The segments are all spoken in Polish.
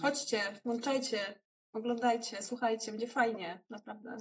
Chodźcie, włączajcie, oglądajcie, słuchajcie, będzie fajnie, naprawdę.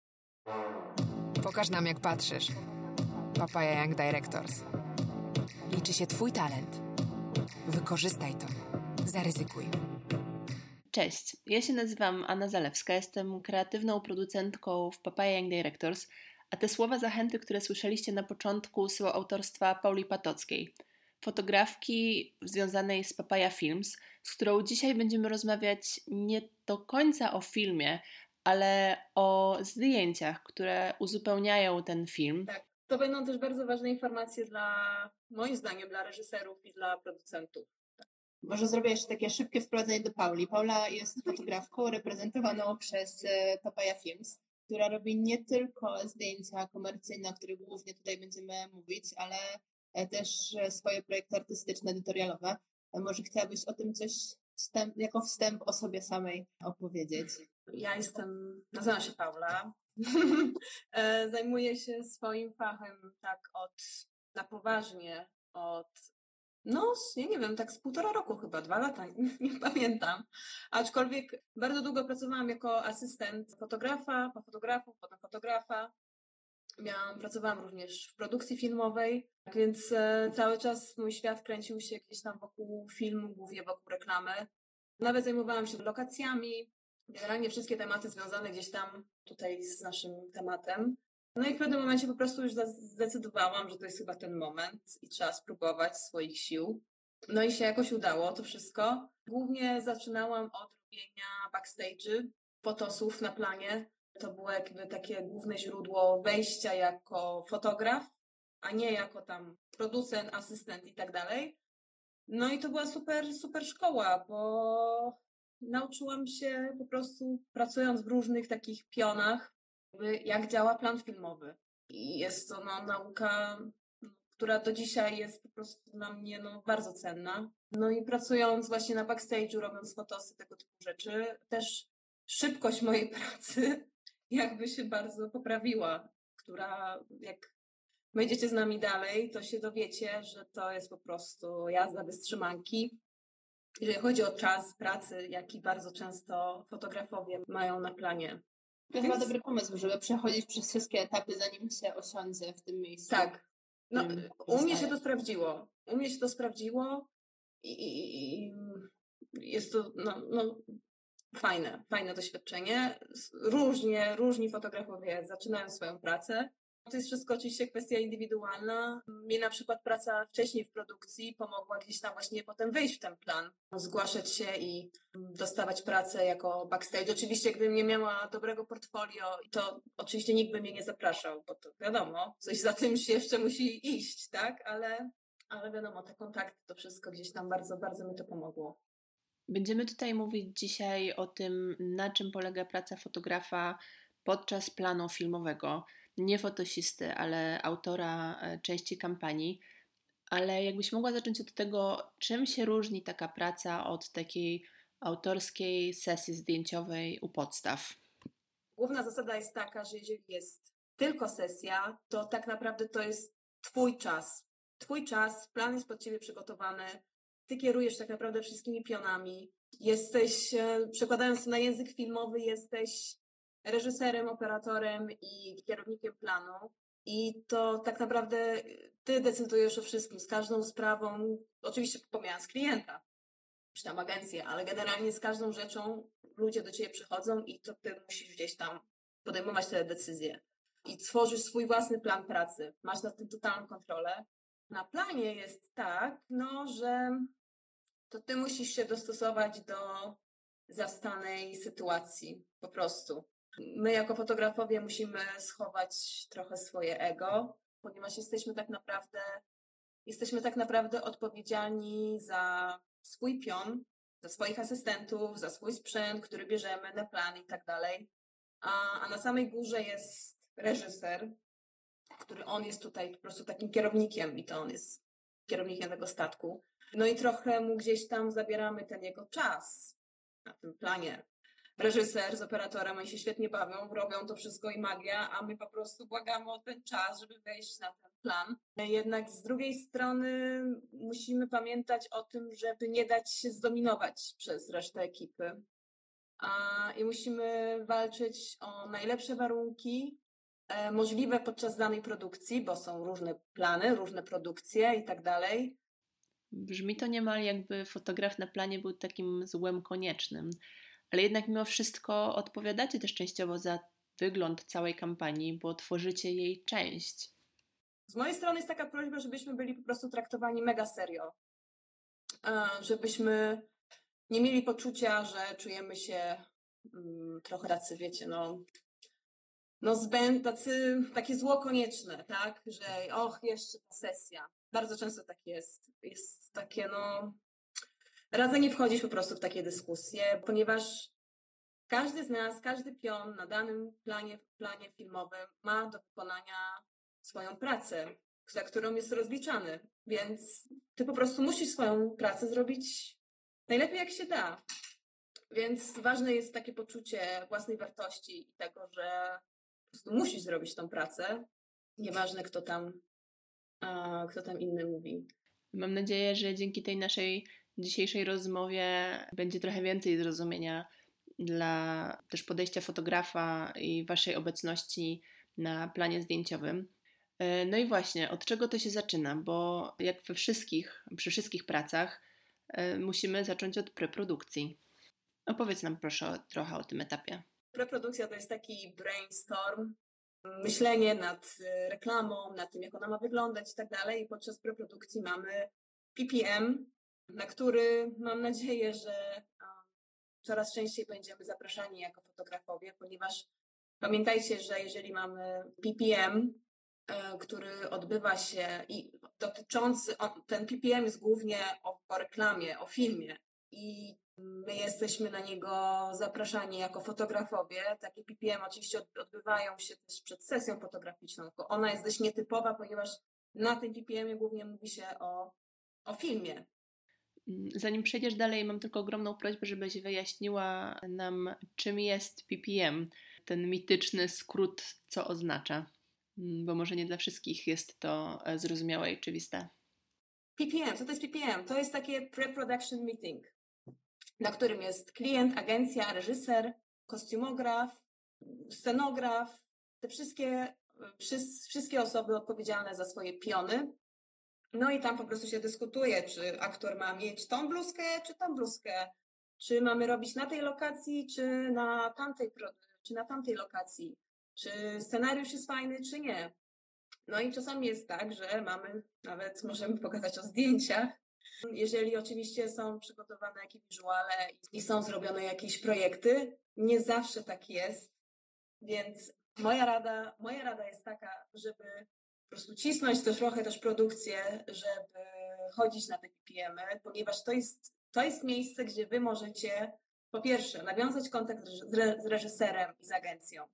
Pokaż nam, jak patrzysz. Papaya Young Directors. Liczy się twój talent. Wykorzystaj to. Zaryzykuj. Cześć, ja się nazywam Anna Zalewska, jestem kreatywną producentką w Papaya Young Directors, a te słowa zachęty, które słyszeliście na początku, są autorstwa Pauli Patockiej, fotografki związanej z Papaya Films, z którą dzisiaj będziemy rozmawiać nie do końca o filmie, ale o zdjęciach, które uzupełniają ten film. Tak, to będą też bardzo ważne informacje moim zdaniem, dla reżyserów i dla producentów. Może zrobię jeszcze takie szybkie wprowadzenie do Pauli. Paula jest fotografką reprezentowaną przez Papaya Films, która robi nie tylko zdjęcia komercyjne, o których głównie tutaj będziemy mówić, ale też swoje projekty artystyczne, edytorialowe. Może chciałabyś o tym coś jako wstęp o sobie samej opowiedzieć? Ja nazywam się Paula. Zajmuję się swoim fachem tak na poważnie ja nie wiem, tak z 1,5 roku chyba, 2 lata, nie pamiętam. Aczkolwiek bardzo długo pracowałam jako asystent fotografa, potem fotografa. Pracowałam również w produkcji filmowej, więc cały czas mój świat kręcił się gdzieś tam wokół filmu, głównie wokół reklamy. Nawet zajmowałam się lokacjami, generalnie wszystkie tematy związane gdzieś tam tutaj z naszym tematem. No i w pewnym momencie po prostu już zdecydowałam, że to jest chyba ten moment i trzeba spróbować swoich sił. No i się jakoś udało to wszystko. Głównie zaczynałam od robienia backstage'y, fotosów na planie. To było jakby takie główne źródło wejścia jako fotograf, a nie jako tam producent, asystent i tak dalej. No i to była super szkoła, bo nauczyłam się po prostu, pracując w różnych takich pionach, jak działa plan filmowy. I jest to nauka, która do dzisiaj jest po prostu dla mnie bardzo cenna. No i pracując właśnie na backstage'u, robiąc fotosy, tego typu rzeczy, też szybkość mojej pracy jakby się bardzo poprawiła, która jak wejdziecie z nami dalej, to się dowiecie, że to jest po prostu jazda bez trzymanki. Jeżeli chodzi o czas pracy, jaki bardzo często fotografowie mają na planie. To chyba dobry pomysł, żeby przechodzić przez wszystkie etapy, zanim się osiądzie w tym miejscu. Tak. U mnie się to sprawdziło i jest to fajne doświadczenie. Różni fotografowie zaczynają swoją pracę. To jest wszystko oczywiście kwestia indywidualna. Mnie na przykład praca wcześniej w produkcji pomogła gdzieś tam właśnie potem wejść w ten plan, zgłaszać się i dostawać pracę jako backstage. Oczywiście gdybym nie miała dobrego portfolio, to oczywiście nikt by mnie nie zapraszał, bo to wiadomo, coś za tym jeszcze musi iść, tak? Ale wiadomo, te kontakty, to wszystko gdzieś tam bardzo, bardzo mi to pomogło. Będziemy tutaj mówić dzisiaj o tym, na czym polega praca fotografa podczas planu filmowego. Nie fotosisty, ale autora części kampanii. Ale jakbyś mogła zacząć od tego, czym się różni taka praca od takiej autorskiej sesji zdjęciowej u podstaw? Główna zasada jest taka, że jeżeli jest tylko sesja, to tak naprawdę to jest twój czas. Twój czas, plan jest pod ciebie przygotowany. Ty kierujesz tak naprawdę wszystkimi pionami. Przekładając to na język filmowy, jesteś reżyserem, operatorem i kierownikiem planu. I to tak naprawdę ty decydujesz o wszystkim, z każdą sprawą, oczywiście pomijając klienta, czy tam agencję, ale generalnie z każdą rzeczą ludzie do ciebie przychodzą i to ty musisz gdzieś tam podejmować te decyzje. I tworzysz swój własny plan pracy. Masz nad tym totalną kontrolę. Na planie jest tak, że to ty musisz się dostosować do zastanej sytuacji, po prostu. My jako fotografowie musimy schować trochę swoje ego, ponieważ jesteśmy tak naprawdę odpowiedzialni za swój pion, za swoich asystentów, za swój sprzęt, który bierzemy na plan i tak dalej. A na samej górze jest reżyser, który on jest tutaj po prostu takim kierownikiem i to on jest kierownikiem tego statku. No i trochę mu gdzieś tam zabieramy ten jego czas na tym planie. reżyser z operatorem, oni się świetnie bawią, robią to wszystko i magia, a my po prostu błagamy o ten czas, żeby wejść na ten plan. Jednak z drugiej strony musimy pamiętać o tym, żeby nie dać się zdominować przez resztę ekipy. I musimy walczyć o najlepsze warunki możliwe podczas danej produkcji, bo są różne plany, różne produkcje i tak dalej. Brzmi to niemal jakby fotograf na planie był takim złem koniecznym, ale jednak mimo wszystko odpowiadacie też częściowo za wygląd całej kampanii, bo tworzycie jej część. Z mojej strony jest taka prośba, żebyśmy byli po prostu traktowani mega serio. Żebyśmy nie mieli poczucia, że czujemy się trochę tacy, wiecie, takie zło konieczne, tak? Że jeszcze ta sesja. Bardzo często tak jest. Jest takie, radzę nie wchodzić po prostu w takie dyskusje, ponieważ każdy z nas, każdy pion na danym planie filmowym ma do wykonania swoją pracę, za którą jest rozliczany. Więc ty po prostu musisz swoją pracę zrobić najlepiej jak się da. Więc ważne jest takie poczucie własnej wartości i tego, że po prostu musisz zrobić tą pracę. Nieważne kto tam inny mówi. Mam nadzieję, że dzięki tej naszej dzisiejszej rozmowie będzie trochę więcej zrozumienia dla też podejścia fotografa i waszej obecności na planie zdjęciowym. No i właśnie, od czego to się zaczyna? Bo jak przy wszystkich pracach musimy zacząć od preprodukcji. Opowiedz nam proszę trochę o tym etapie. Preprodukcja to jest taki brainstorm, myślenie nad reklamą, nad tym, jak ona ma wyglądać i tak dalej. I podczas preprodukcji mamy PPM, na który mam nadzieję, że coraz częściej będziemy zapraszani jako fotografowie, ponieważ pamiętajcie, że jeżeli mamy PPM, który odbywa się i ten PPM jest głównie o reklamie, o filmie i my jesteśmy na niego zapraszani jako fotografowie. Takie PPM oczywiście odbywają się też przed sesją fotograficzną, tylko ona jest dość nietypowa, ponieważ na tym PPM-ie głównie mówi się o filmie. Zanim przejdziesz dalej, mam tylko ogromną prośbę, żebyś wyjaśniła nam, czym jest PPM, ten mityczny skrót, co oznacza, bo może nie dla wszystkich jest to zrozumiałe i oczywiste. PPM, co to jest PPM? To jest takie pre-production meeting, na którym jest klient, agencja, reżyser, kostiumograf, scenograf, te wszystkie osoby odpowiedzialne za swoje piony. No i tam po prostu się dyskutuje, czy aktor ma mieć tą bluzkę, czy tą bluzkę, czy mamy robić na tej lokacji, czy na tamtej lokacji, czy scenariusz jest fajny, czy nie. No i czasami jest tak, że możemy pokazać o zdjęciach, jeżeli oczywiście są przygotowane jakieś wizuale i są zrobione jakieś projekty. Nie zawsze tak jest, więc moja rada jest taka, żeby po prostu cisnąć trochę też produkcję, żeby chodzić na te PPM-y, ponieważ to jest miejsce, gdzie wy możecie po pierwsze nawiązać kontakt z reżyserem i z agencją.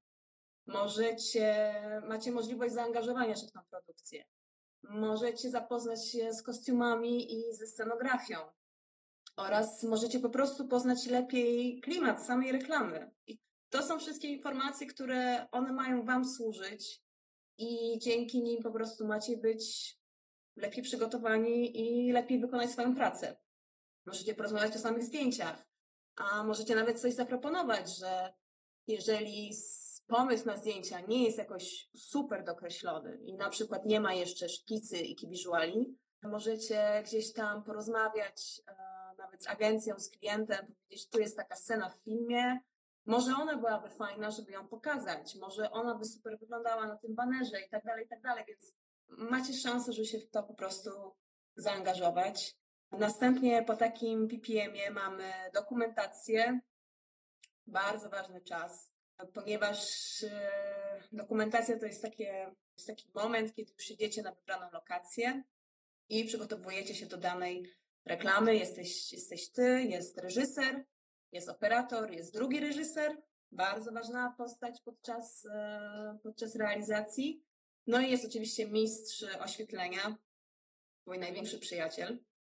Macie możliwość zaangażowania się w tą produkcję. Możecie zapoznać się z kostiumami i ze scenografią oraz możecie po prostu poznać lepiej klimat samej reklamy. I to są wszystkie informacje, które one mają wam służyć i dzięki nim po prostu macie być lepiej przygotowani i lepiej wykonać swoją pracę. Możecie porozmawiać o samych zdjęciach, a możecie nawet coś zaproponować, że jeżeli pomysł na zdjęcia nie jest jakoś super dokreślony i na przykład nie ma jeszcze szkicy i key visuali, możecie gdzieś tam porozmawiać nawet z agencją, z klientem, powiedzieć, tu jest taka scena w filmie, może ona byłaby fajna, żeby ją pokazać, może ona by super wyglądała na tym banerze i tak dalej, więc macie szansę, żeby się w to po prostu zaangażować. Następnie po takim PPM-ie mamy dokumentację, bardzo ważny czas, ponieważ dokumentacja to jest taki moment, kiedy przyjdziecie na wybraną lokację i przygotowujecie się do danej reklamy. Jesteś ty, jest reżyser, jest operator, jest drugi reżyser, bardzo ważna postać podczas realizacji. No i jest oczywiście mistrz oświetlenia, mój największy przyjaciel.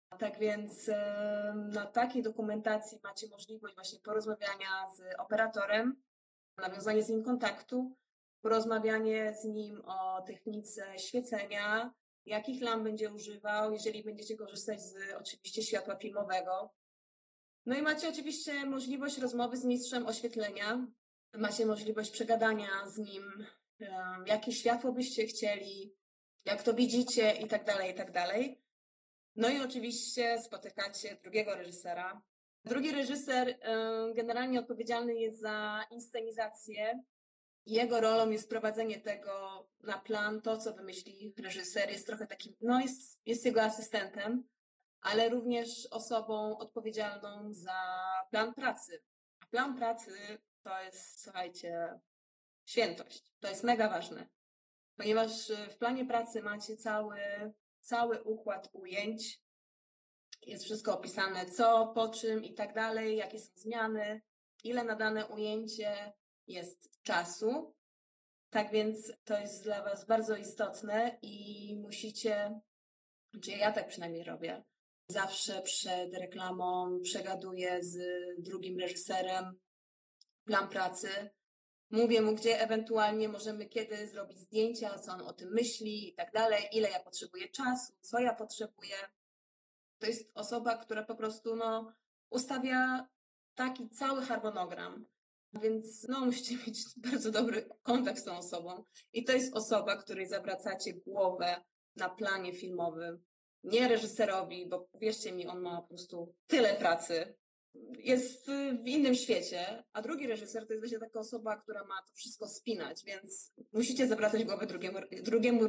Tak więc na takiej dokumentacji macie możliwość właśnie porozmawiania z operatorem, nawiązanie z nim kontaktu, porozmawianie z nim o technice świecenia, jakich lamp będzie używał, jeżeli będziecie korzystać z oczywiście światła filmowego. No i macie oczywiście możliwość rozmowy z mistrzem oświetlenia, macie możliwość przegadania z nim, jakie światło byście chcieli, jak to widzicie i tak dalej, i tak dalej. No i oczywiście spotykacie drugiego reżysera. Drugi reżyser generalnie odpowiedzialny jest za inscenizację. Jego rolą jest prowadzenie tego na plan, to co wymyśli reżyser. Jest trochę takim, no jest jego asystentem, ale również osobą odpowiedzialną za plan pracy. A plan pracy to jest, słuchajcie, świętość. To jest mega ważne, ponieważ w planie pracy macie cały układ ujęć. Jest wszystko opisane, co, po czym i tak dalej, jakie są zmiany, ile na dane ujęcie jest czasu. Tak więc to jest dla Was bardzo istotne i musicie, znaczy ja tak przynajmniej robię, zawsze przed reklamą przegaduję z drugim reżyserem plan pracy. Mówię mu, gdzie ewentualnie możemy kiedy zrobić zdjęcia, co on o tym myśli i tak dalej, ile ja potrzebuję czasu, co ja potrzebuję. To jest osoba, która po prostu ustawia taki cały harmonogram, więc musicie mieć bardzo dobry kontakt z tą osobą. I to jest osoba, której zawracacie głowę na planie filmowym. Nie reżyserowi, bo wierzcie mi, on ma po prostu tyle pracy. Jest w innym świecie, a drugi reżyser to jest właśnie taka osoba, która ma to wszystko spinać, więc musicie zawracać głowę drugiemu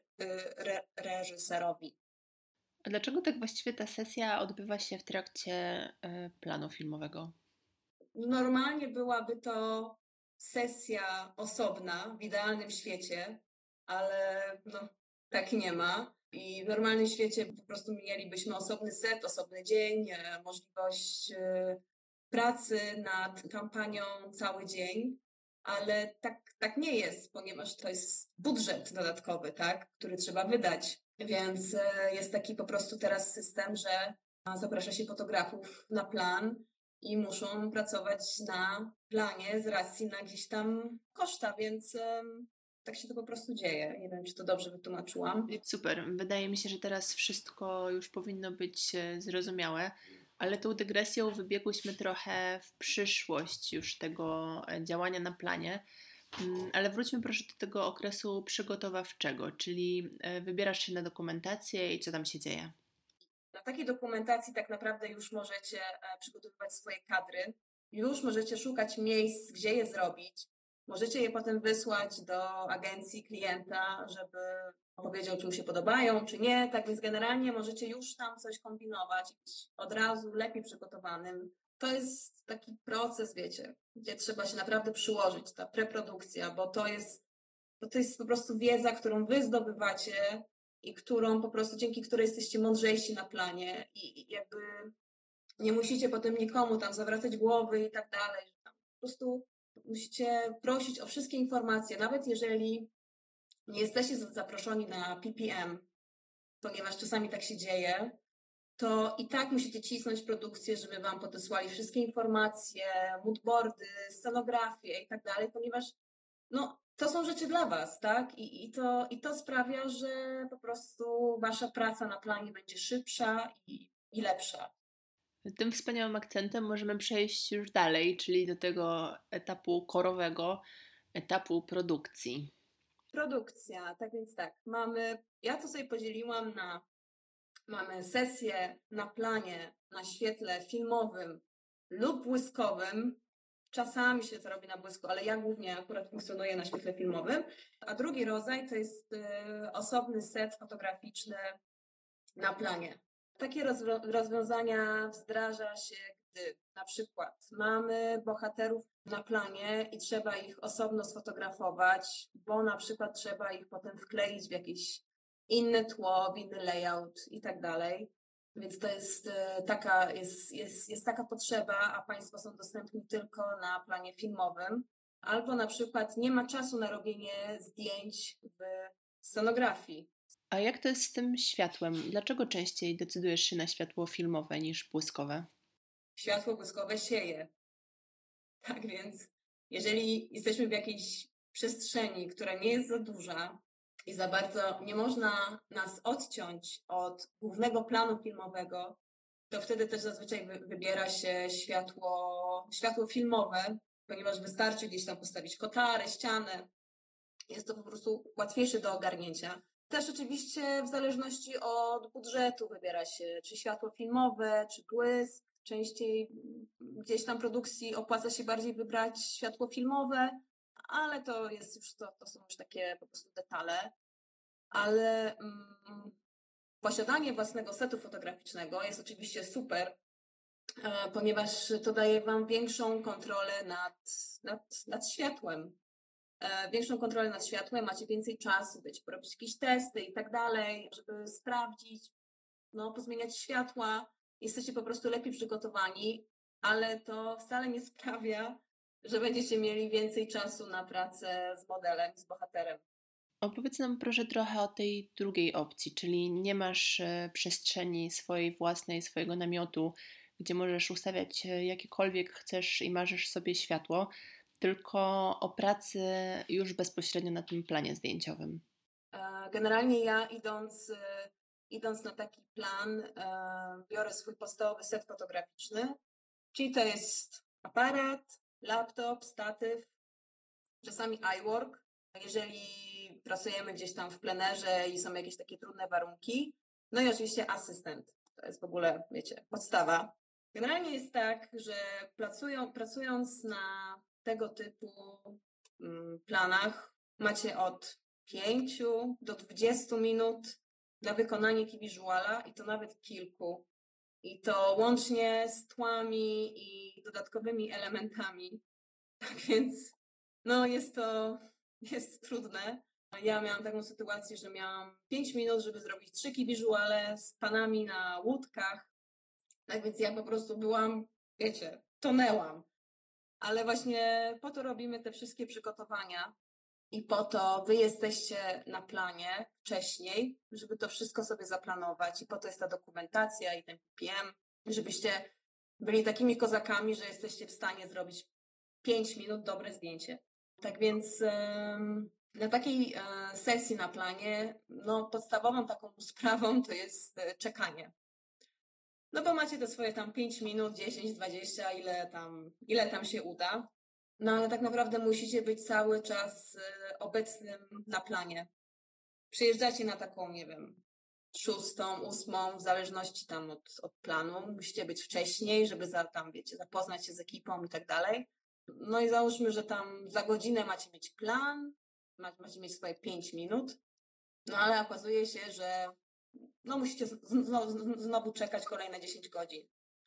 reżyserowi. A dlaczego tak właściwie ta sesja odbywa się w trakcie planu filmowego? Normalnie byłaby to sesja osobna w idealnym świecie, ale tak nie ma. I w normalnym świecie po prostu mielibyśmy osobny set, osobny dzień, możliwość pracy nad kampanią cały dzień, ale tak nie jest, ponieważ to jest budżet dodatkowy, tak, który trzeba wydać. Więc jest taki po prostu teraz system, że zaprasza się fotografów na plan i muszą pracować na planie z racji na gdzieś tam koszta, więc tak się to po prostu dzieje. Nie wiem, czy to dobrze wytłumaczyłam. Super. Wydaje mi się, że teraz wszystko już powinno być zrozumiałe, ale tą dygresją wybiegłyśmy trochę w przyszłość już tego działania na planie. Ale wróćmy proszę do tego okresu przygotowawczego, czyli wybierasz się na dokumentację i co tam się dzieje? Na takiej dokumentacji tak naprawdę już możecie przygotowywać swoje kadry, już możecie szukać miejsc, gdzie je zrobić. Możecie je potem wysłać do agencji klienta, żeby powiedział, czy mu się podobają, czy nie. Tak więc generalnie możecie już tam coś kombinować, być od razu lepiej przygotowanym. To jest taki proces, wiecie, gdzie trzeba się naprawdę przyłożyć, ta preprodukcja, bo to jest po prostu wiedza, którą wy zdobywacie i którą po prostu, dzięki której jesteście mądrzejsi na planie i jakby nie musicie potem nikomu tam zawracać głowy i tak dalej. Po prostu musicie prosić o wszystkie informacje, nawet jeżeli nie jesteście zaproszeni na PPM, ponieważ czasami tak się dzieje, to i tak musicie cisnąć produkcję, żeby wam podesłali wszystkie informacje, moodboardy, scenografię i tak dalej, ponieważ to są rzeczy dla was, tak? I to sprawia, że po prostu wasza praca na planie będzie szybsza i lepsza. Tym wspaniałym akcentem możemy przejść już dalej, czyli do tego etapu korowego, etapu produkcji. Produkcja, tak więc tak, ja to sobie podzieliłam mamy sesję na planie, na świetle filmowym lub błyskowym. Czasami się to robi na błysku, ale ja głównie akurat funkcjonuję na świetle filmowym. A drugi rodzaj to jest osobny set fotograficzny na planie. Takie rozwiązania wdraża się, gdy na przykład mamy bohaterów na planie i trzeba ich osobno sfotografować, bo na przykład trzeba ich potem wkleić w jakieś inne tło, w inny layout i tak dalej. Więc to jest taka potrzeba, a Państwo są dostępni tylko na planie filmowym. Albo na przykład nie ma czasu na robienie zdjęć w scenografii. A jak to jest z tym światłem? Dlaczego częściej decydujesz się na światło filmowe niż błyskowe? Światło błyskowe sieje. Tak więc, jeżeli jesteśmy w jakiejś przestrzeni, która nie jest za duża i za bardzo nie można nas odciąć od głównego planu filmowego, to wtedy też zazwyczaj wybiera się światło filmowe, ponieważ wystarczy gdzieś tam postawić kotarę, ścianę. Jest to po prostu łatwiejsze do ogarnięcia. Też oczywiście w zależności od budżetu wybiera się, czy światło filmowe, czy błysk. Częściej gdzieś tam produkcji opłaca się bardziej wybrać światło filmowe, ale to jest już to są już takie po prostu detale. Ale posiadanie własnego setu fotograficznego jest oczywiście super, ponieważ to daje Wam większą kontrolę nad światłem. Większą kontrolę nad światłem, macie więcej czasu, porobić jakieś testy i tak dalej, żeby sprawdzić, pozmieniać światła. Jesteście po prostu lepiej przygotowani, ale to wcale nie sprawia, że będziecie mieli więcej czasu na pracę z modelem, z bohaterem. Opowiedz nam proszę trochę o tej drugiej opcji, czyli nie masz przestrzeni swojej własnej, swojego namiotu, gdzie możesz ustawiać jakiekolwiek chcesz i marzysz sobie światło, tylko o pracy już bezpośrednio na tym planie zdjęciowym. Generalnie ja idąc na taki plan, biorę swój podstawowy set fotograficzny, czyli to jest aparat, laptop, statyw, czasami iWork. Jeżeli pracujemy gdzieś tam w plenerze i są jakieś takie trudne warunki, no i oczywiście asystent. To jest w ogóle, wiecie, podstawa. Generalnie jest tak, że pracując na tego typu planach macie od 5 do 20 minut na wykonanie key visuala i to nawet kilku. I to łącznie z tłami i dodatkowymi elementami. Tak więc jest trudne. Ja miałam taką sytuację, że miałam 5 minut, żeby zrobić 3 key visuale z panami na łódkach. Tak więc ja po prostu byłam, wiecie, tonęłam. Ale właśnie po to robimy te wszystkie przygotowania i po to wy jesteście na planie wcześniej, żeby to wszystko sobie zaplanować i po to jest ta dokumentacja i ten PPM, żebyście byli takimi kozakami, że jesteście w stanie zrobić 5 minut dobre zdjęcie. Tak więc na takiej sesji na planie, podstawową taką sprawą to jest czekanie. No bo macie te swoje tam 5 minut, 10, 20, ile tam się uda. No ale tak naprawdę musicie być cały czas obecnym na planie. Przyjeżdżacie na taką, nie wiem, 6., 8, w zależności tam od planu. Musicie być wcześniej, żeby zapoznać się z ekipą i tak dalej. No i załóżmy, że tam za godzinę macie mieć plan, macie mieć swoje 5 minut, no ale okazuje się, że musicie znowu czekać kolejne 10 godzin.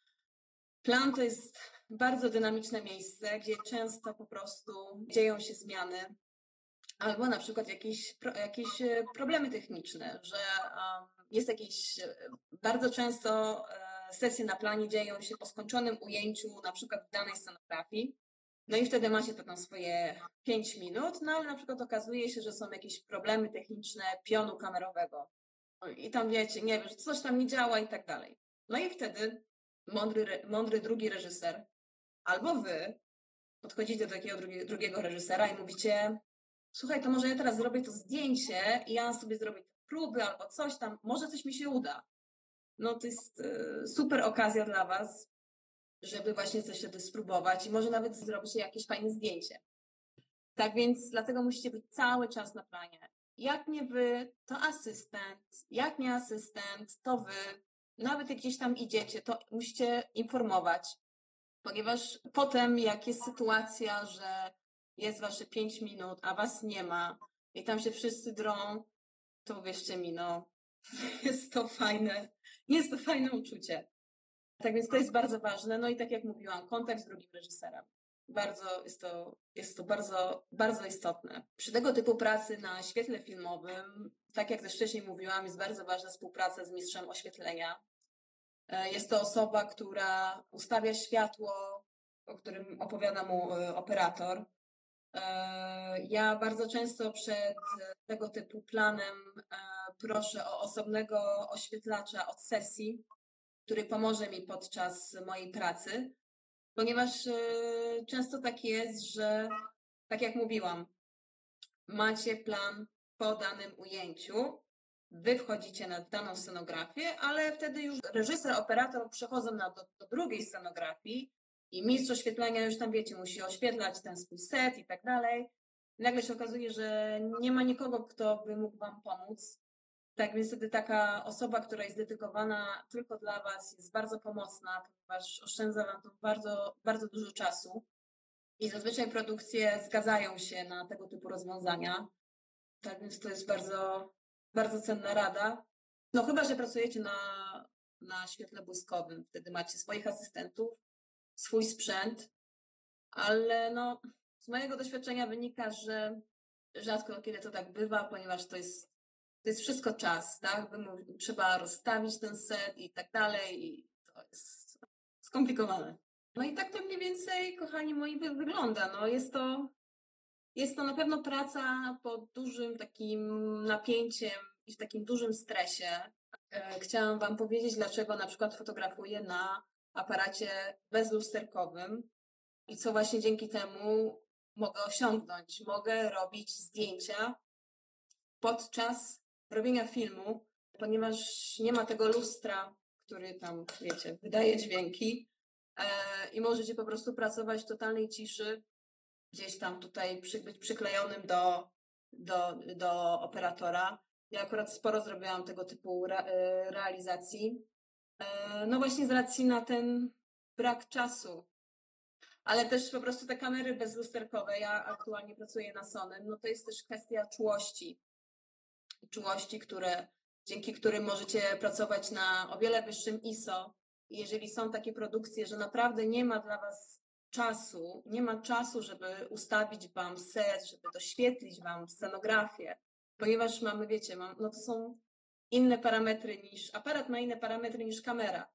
Plan to jest bardzo dynamiczne miejsce, gdzie często po prostu dzieją się zmiany albo na przykład jakieś problemy techniczne, że jest bardzo często sesje na planie dzieją się po skończonym ujęciu na przykład danej scenografii. No i wtedy macie to tam swoje 5 minut, no ale na przykład okazuje się, że są jakieś problemy techniczne pionu kamerowego. I tam wiecie, nie wiem, że coś tam nie działa i tak dalej. No i wtedy mądry drugi reżyser albo wy podchodzicie do takiego drugiego reżysera i mówicie: słuchaj, to może ja teraz zrobię to zdjęcie i ja sobie zrobię próby albo coś tam, może coś mi się uda. No to jest super okazja dla was, żeby właśnie coś wtedy spróbować i może nawet zrobić jakieś fajne zdjęcie. Tak więc dlatego musicie być cały czas na planie. Jak nie wy, to asystent. Jak nie asystent, to wy. Nawet jak gdzieś tam idziecie, to musicie informować. Ponieważ potem, jak jest sytuacja, że jest wasze 5 minut, a was nie ma i tam się wszyscy drą, to wierzcie mi, jest to fajne uczucie. Tak więc to jest bardzo ważne. No i tak jak mówiłam, kontakt z drugim reżyserem. Jest to bardzo, bardzo istotne. Przy tego typu pracy na świetle filmowym, tak jak też wcześniej mówiłam, jest bardzo ważna współpraca z mistrzem oświetlenia. Jest to osoba, która ustawia światło, o którym opowiada mu operator. Ja bardzo często przed tego typu planem proszę o osobnego oświetlacza od sesji, który pomoże mi podczas mojej pracy, ponieważ często tak jest, że tak jak mówiłam, macie plan po danym ujęciu, wy wchodzicie na daną scenografię, ale wtedy już reżyser, operator przechodzą do drugiej scenografii i mistrz oświetlenia już tam, wiecie, musi oświetlać ten swój set i tak dalej. Nagle się okazuje, że nie ma nikogo, kto by mógł wam pomóc. Tak więc wtedy taka osoba, która jest dedykowana tylko dla was, jest bardzo pomocna, ponieważ oszczędza wam to bardzo, bardzo dużo czasu. I zazwyczaj produkcje zgadzają się na tego typu rozwiązania. Tak więc to jest bardzo, bardzo cenna rada. No chyba, że pracujecie na świetle błyskowym. Wtedy macie swoich asystentów, swój sprzęt, ale no, z mojego doświadczenia wynika, że rzadko kiedy to tak bywa, ponieważ to jest wszystko czas, tak? Trzeba rozstawić ten set i tak dalej i to jest skomplikowane. No i tak to mniej więcej, kochani moi, wygląda. No jest to na pewno praca pod dużym takim napięciem i w takim dużym stresie. Chciałam wam powiedzieć, dlaczego na przykład fotografuję na aparacie bezlusterkowym i co właśnie dzięki temu mogę osiągnąć. Mogę robić zdjęcia podczas robienia filmu, ponieważ nie ma tego lustra, który tam, wiecie, wydaje dźwięki i możecie po prostu pracować w totalnej ciszy, gdzieś tam tutaj być przyklejonym do operatora. Ja akurat sporo zrobiłam tego typu realizacji. No właśnie z racji na ten brak czasu. Ale też po prostu te kamery bezlusterkowe, ja aktualnie pracuję na Sony, no to jest też kwestia czułości. Czułości, dzięki którym możecie pracować na o wiele wyższym ISO. I jeżeli są takie produkcje, że naprawdę nie ma dla was czasu, żeby ustawić wam set, żeby doświetlić wam scenografię, ponieważ mamy, wiecie, no to są inne parametry aparat ma inne parametry niż kamera.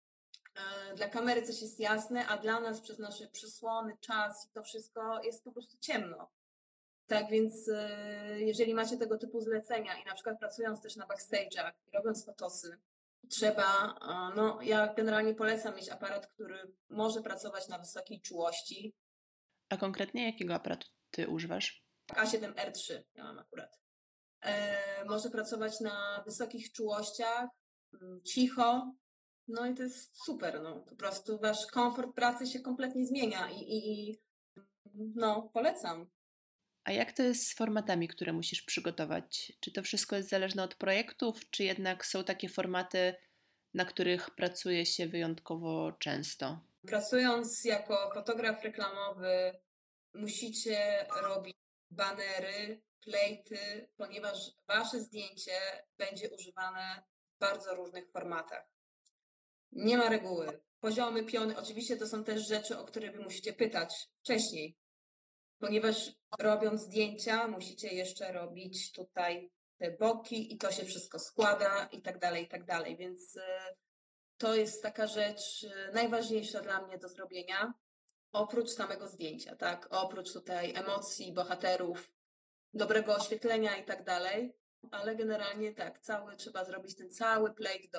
Dla kamery coś jest jasne, a dla nas przez nasze przysłony, czas i to wszystko jest po prostu ciemno. Tak więc jeżeli macie tego typu zlecenia i na przykład pracując też na backstage'ach i robiąc fotosy, trzeba, no ja generalnie polecam mieć aparat, który może pracować na wysokiej czułości. A konkretnie jakiego aparatu ty używasz? A7R3 ja mam akurat. Może pracować na wysokich czułościach, cicho, no i to jest super, no po prostu wasz komfort pracy się kompletnie zmienia i no polecam. A jak to jest z formatami, które musisz przygotować? Czy to wszystko jest zależne od projektów, czy jednak są takie formaty, na których pracuje się wyjątkowo często? Pracując jako fotograf reklamowy, musicie robić banery, plejty, ponieważ wasze zdjęcie będzie używane w bardzo różnych formatach. Nie ma reguły. Poziomy, piony, oczywiście to są też rzeczy, o które wy musicie pytać wcześniej, ponieważ robiąc zdjęcia musicie jeszcze robić tutaj te boki i to się wszystko składa i tak dalej, więc to jest taka rzecz najważniejsza dla mnie do zrobienia, oprócz samego zdjęcia, tak? Oprócz tutaj emocji, bohaterów, dobrego oświetlenia i tak dalej, ale generalnie tak, trzeba zrobić ten cały plate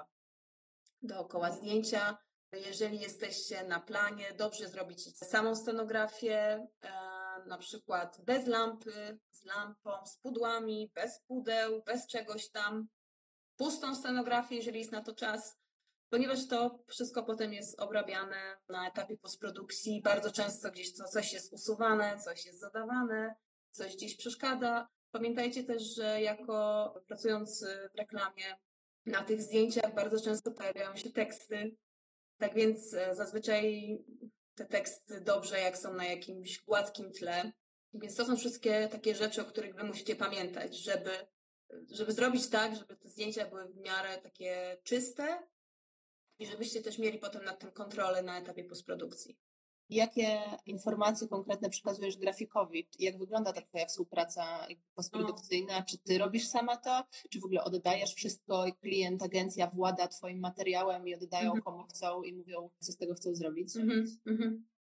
dookoła zdjęcia. Jeżeli jesteście na planie, dobrze zrobić samą scenografię, na przykład bez lampy, z lampą, z pudłami, bez pudeł, bez czegoś tam, pustą scenografię, jeżeli jest na to czas, ponieważ to wszystko potem jest obrabiane na etapie postprodukcji. Bardzo często gdzieś coś jest usuwane, coś jest dodawane, coś gdzieś przeszkadza. Pamiętajcie też, że pracując w reklamie, na tych zdjęciach bardzo często pojawiają się teksty, tak więc zazwyczaj te teksty dobrze, jak są na jakimś gładkim tle. Więc to są wszystkie takie rzeczy, o których wy musicie pamiętać, żeby zrobić tak, żeby te zdjęcia były w miarę takie czyste i żebyście też mieli potem nad tym kontrolę na etapie postprodukcji. Jakie informacje konkretne przekazujesz grafikowi? Jak wygląda ta twoja współpraca postprodukcyjna? Czy ty robisz sama to? Czy w ogóle oddajesz wszystko i klient, agencja włada twoim materiałem i oddają komu chcą i mówią, co z tego chcą zrobić?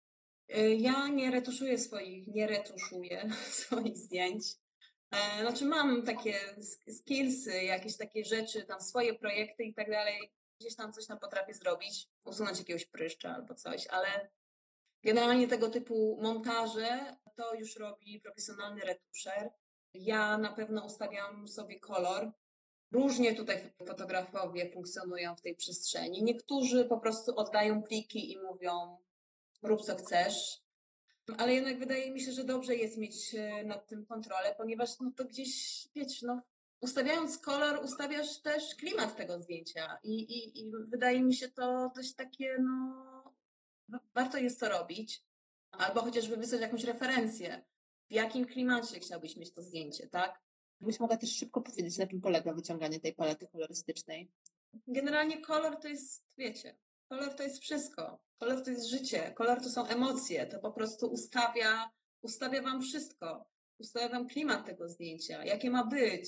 Ja nie retuszuję swoich zdjęć. Znaczy mam takie skillsy, jakieś takie rzeczy, tam swoje projekty i tak dalej. Gdzieś tam coś tam potrafię zrobić, usunąć jakiegoś pryszcza albo coś, ale generalnie tego typu montaże to już robi profesjonalny retuszer. Ja na pewno ustawiam sobie kolor. Różnie tutaj fotografowie funkcjonują w tej przestrzeni. Niektórzy po prostu oddają pliki i mówią rób co chcesz. Ale jednak wydaje mi się, że dobrze jest mieć nad tym kontrolę, ponieważ no to gdzieś, wiecie, no, ustawiając kolor, ustawiasz też klimat tego zdjęcia i wydaje mi się to dość takie, no, warto jest to robić, albo chociażby wysłać jakąś referencję, w jakim klimacie chciałbyś mieć to zdjęcie, tak? Gdybyś mogła też szybko powiedzieć, na czym polega wyciąganie tej palety kolorystycznej. Generalnie kolor to jest, wiecie, kolor to jest wszystko. Kolor to jest życie, kolor to są emocje, to po prostu ustawia wam wszystko. Ustawia wam klimat tego zdjęcia, jakie ma być,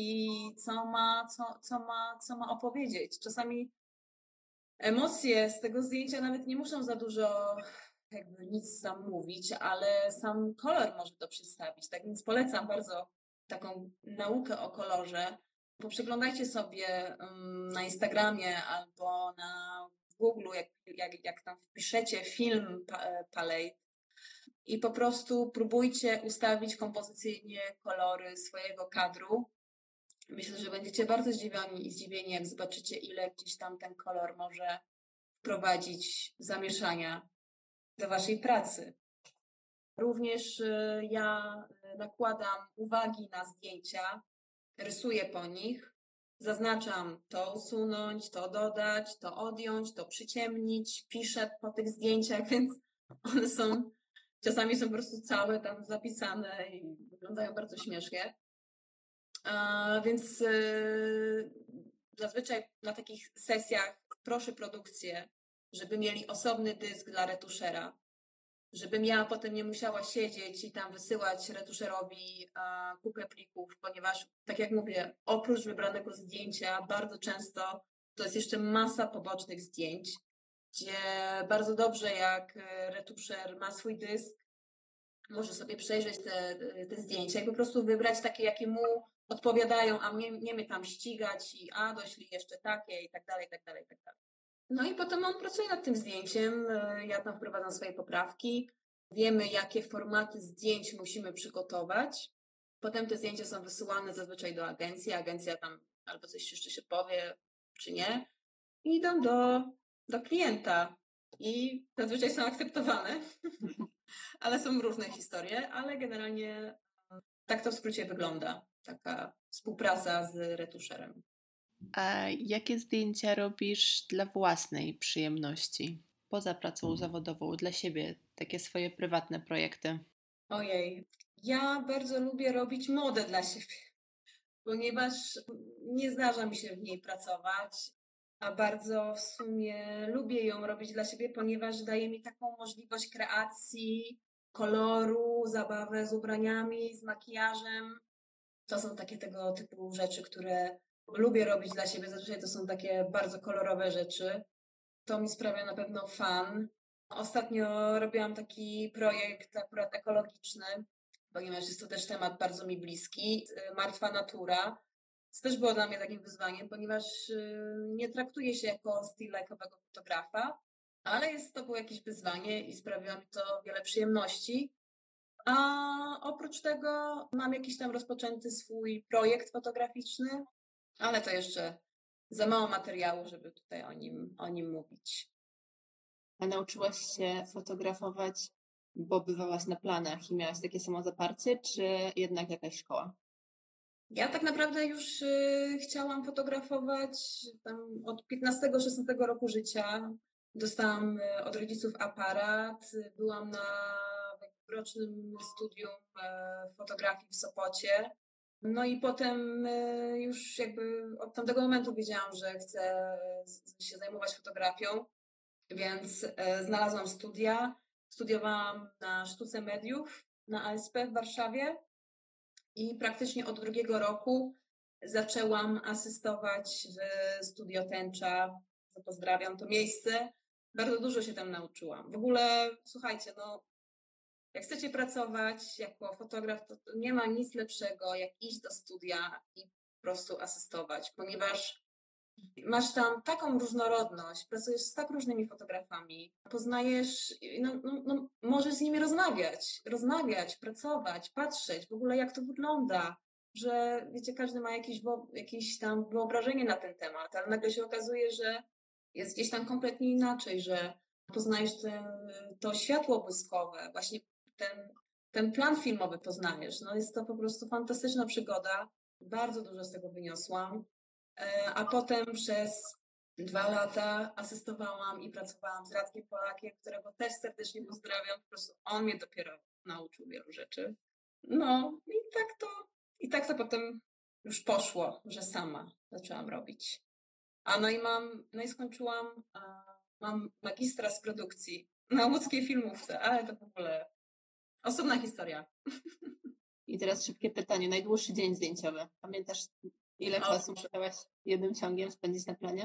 co ma opowiedzieć. Czasami emocje z tego zdjęcia nawet nie muszą za dużo jakby nic tam mówić, ale sam kolor może to przedstawić. Tak więc polecam bardzo taką naukę o kolorze. Przeglądajcie sobie na Instagramie albo na Google, jak tam wpiszecie film palette i po prostu próbujcie ustawić kompozycyjnie kolory swojego kadru. Myślę, że będziecie bardzo zdziwieni, jak zobaczycie, ile gdzieś tam ten kolor może wprowadzić zamieszania do waszej pracy. Również ja nakładam uwagi na zdjęcia, rysuję po nich, zaznaczam to usunąć, to dodać, to odjąć, to przyciemnić, piszę po tych zdjęciach, więc one czasami są po prostu całe tam zapisane i wyglądają bardzo śmiesznie. Więc zazwyczaj na takich sesjach proszę produkcję, żeby mieli osobny dysk dla retuszera, żebym ja potem nie musiała siedzieć i tam wysyłać retuszerowi kupę plików, ponieważ, tak jak mówię, oprócz wybranego zdjęcia bardzo często to jest jeszcze masa pobocznych zdjęć, gdzie bardzo dobrze, jak retuszer ma swój dysk, może sobie przejrzeć te zdjęcia i po prostu wybrać takie, jakie mu odpowiadają, a nie mnie tam ścigać i doślij jeszcze takie i tak dalej, i tak dalej, i tak dalej. No i potem on pracuje nad tym zdjęciem, ja tam wprowadzam swoje poprawki, wiemy, jakie formaty zdjęć musimy przygotować. Potem te zdjęcia są wysyłane zazwyczaj do agencji, agencja tam albo coś jeszcze się powie, czy nie, i idą do klienta i zazwyczaj są akceptowane, ale są różne historie, ale generalnie tak to w skrócie wygląda, taka współpraca z retuszerem. A jakie zdjęcia robisz dla własnej przyjemności, poza pracą zawodową, dla siebie, takie swoje prywatne projekty? Ojej, ja bardzo lubię robić modę dla siebie, ponieważ nie zdarza mi się w niej pracować, a bardzo w sumie lubię ją robić dla siebie, ponieważ daje mi taką możliwość kreacji, koloru, zabawę z ubraniami, z makijażem. To są takie tego typu rzeczy, które lubię robić dla siebie. Zazwyczaj to są takie bardzo kolorowe rzeczy. To mi sprawia na pewno fan. Ostatnio robiłam taki projekt akurat ekologiczny, ponieważ jest to też temat bardzo mi bliski. Martwa natura. To też było dla mnie takim wyzwaniem, ponieważ nie traktuję się jako styl life'owego fotografa, ale to było jakieś wyzwanie i sprawiło mi to wiele przyjemności. A oprócz tego mam jakiś tam rozpoczęty swój projekt fotograficzny, ale to jeszcze za mało materiału, żeby tutaj o nim mówić. A nauczyłaś się fotografować, bo bywałaś na planach i miałaś takie samo zaparcie, czy jednak jakaś szkoła? Ja tak naprawdę już chciałam fotografować tam od 15-16 roku życia. Dostałam od rodziców aparat, byłam na rocznym studium fotografii w Sopocie. No i potem już jakby od tamtego momentu wiedziałam, że chcę się zajmować fotografią, więc znalazłam studia. Studiowałam na sztuce mediów na ASP w Warszawie i praktycznie od drugiego roku zaczęłam asystować w Studio Tęcza. Pozdrawiam to miejsce. Bardzo dużo się tam nauczyłam. W ogóle, słuchajcie, no jak chcecie pracować jako fotograf, to nie ma nic lepszego, jak iść do studia i po prostu asystować, ponieważ masz tam taką różnorodność, pracujesz z tak różnymi fotografami, poznajesz, możesz z nimi rozmawiać, pracować, patrzeć w ogóle jak to wygląda, że wiecie, każdy ma jakieś tam wyobrażenie na ten temat, ale nagle się okazuje, że jest gdzieś tam kompletnie inaczej, że poznajesz to światło błyskowe, właśnie ten plan filmowy poznajesz. No jest to po prostu fantastyczna przygoda, bardzo dużo z tego wyniosłam. A potem przez 2 lata asystowałam i pracowałam z Radkiem Polakiem, którego też serdecznie pozdrawiam. Po prostu on mnie dopiero nauczył wielu rzeczy. No i tak to potem już poszło, że sama zaczęłam robić. Skończyłam, mam magistra z produkcji na łódzkiej filmówce, ale to w ogóle osobna historia. I teraz szybkie pytanie. Najdłuższy dzień zdjęciowy. Pamiętasz, ile czasu musiałaś jednym ciągiem spędzić na planie?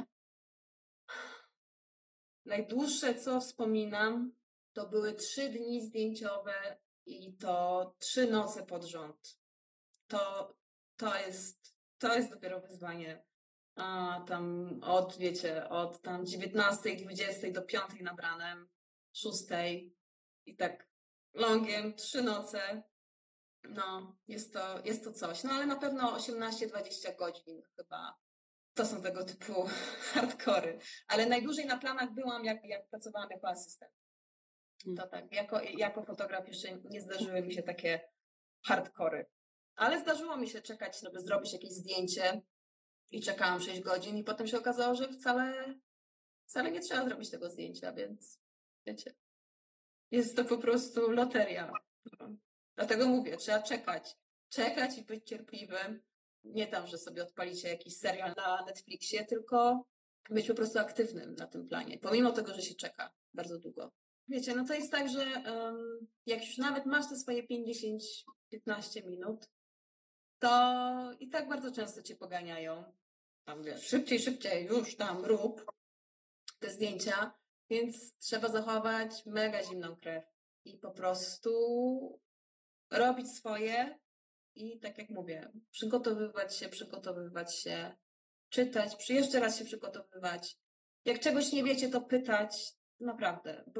Najdłuższe, co wspominam, to były 3 dni zdjęciowe i to 3 noce pod rząd. To jest dopiero wyzwanie. A tam od tam 19, 20 do 5 nad ranem, 6 i tak longiem 3 noce. No, jest to coś. No ale na pewno 18-20 godzin chyba. To są tego typu hardkory. Ale najdłużej na planach byłam, jak pracowałam jako asystent. To tak, jako fotograf jeszcze nie zdarzyły mi się takie hardkory. Ale zdarzyło mi się czekać, żeby zrobić jakieś zdjęcie i czekałam 6 godzin i potem się okazało, że wcale nie trzeba zrobić tego zdjęcia, więc wiecie, jest to po prostu loteria. Dlatego mówię, trzeba czekać i być cierpliwym. Nie tam, że sobie odpalicie jakiś serial na Netflixie, tylko być po prostu aktywnym na tym planie, pomimo tego, że się czeka bardzo długo. Wiecie, no to jest tak, że jak już nawet masz te swoje 50-15 minut, to i tak bardzo często cię poganiają. Tam wiesz, szybciej, już tam rób te zdjęcia, więc trzeba zachować mega zimną krew i po prostu robić swoje i tak jak mówię, przygotowywać się, czytać, jeszcze raz się przygotowywać. Jak czegoś nie wiecie, to pytać, naprawdę, bo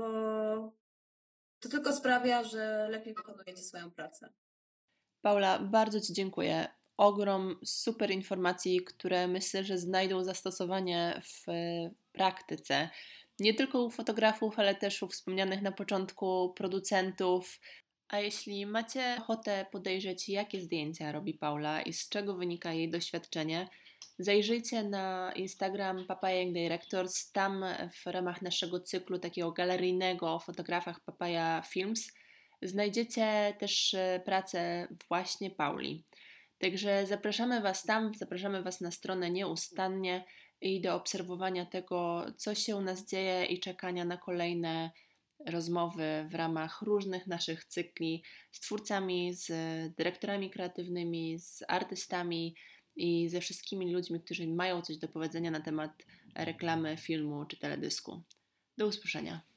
to tylko sprawia, że lepiej wykonujecie swoją pracę. Paula, bardzo Ci dziękuję. Ogrom super informacji, które myślę, że znajdą zastosowanie w praktyce. Nie tylko u fotografów, ale też u wspomnianych na początku producentów. A jeśli macie ochotę podejrzeć, jakie zdjęcia robi Paula i z czego wynika jej doświadczenie, zajrzyjcie na Instagram Papaya Young Directors. Tam w ramach naszego cyklu takiego galeryjnego o fotografach Papaya Films znajdziecie też pracę właśnie Pauli. Także zapraszamy Was tam, zapraszamy Was na stronę nieustannie i do obserwowania tego, co się u nas dzieje i czekania na kolejne rozmowy w ramach różnych naszych cykli z twórcami, z dyrektorami kreatywnymi, z artystami i ze wszystkimi ludźmi, którzy mają coś do powiedzenia na temat reklamy, filmu czy teledysku. Do usłyszenia.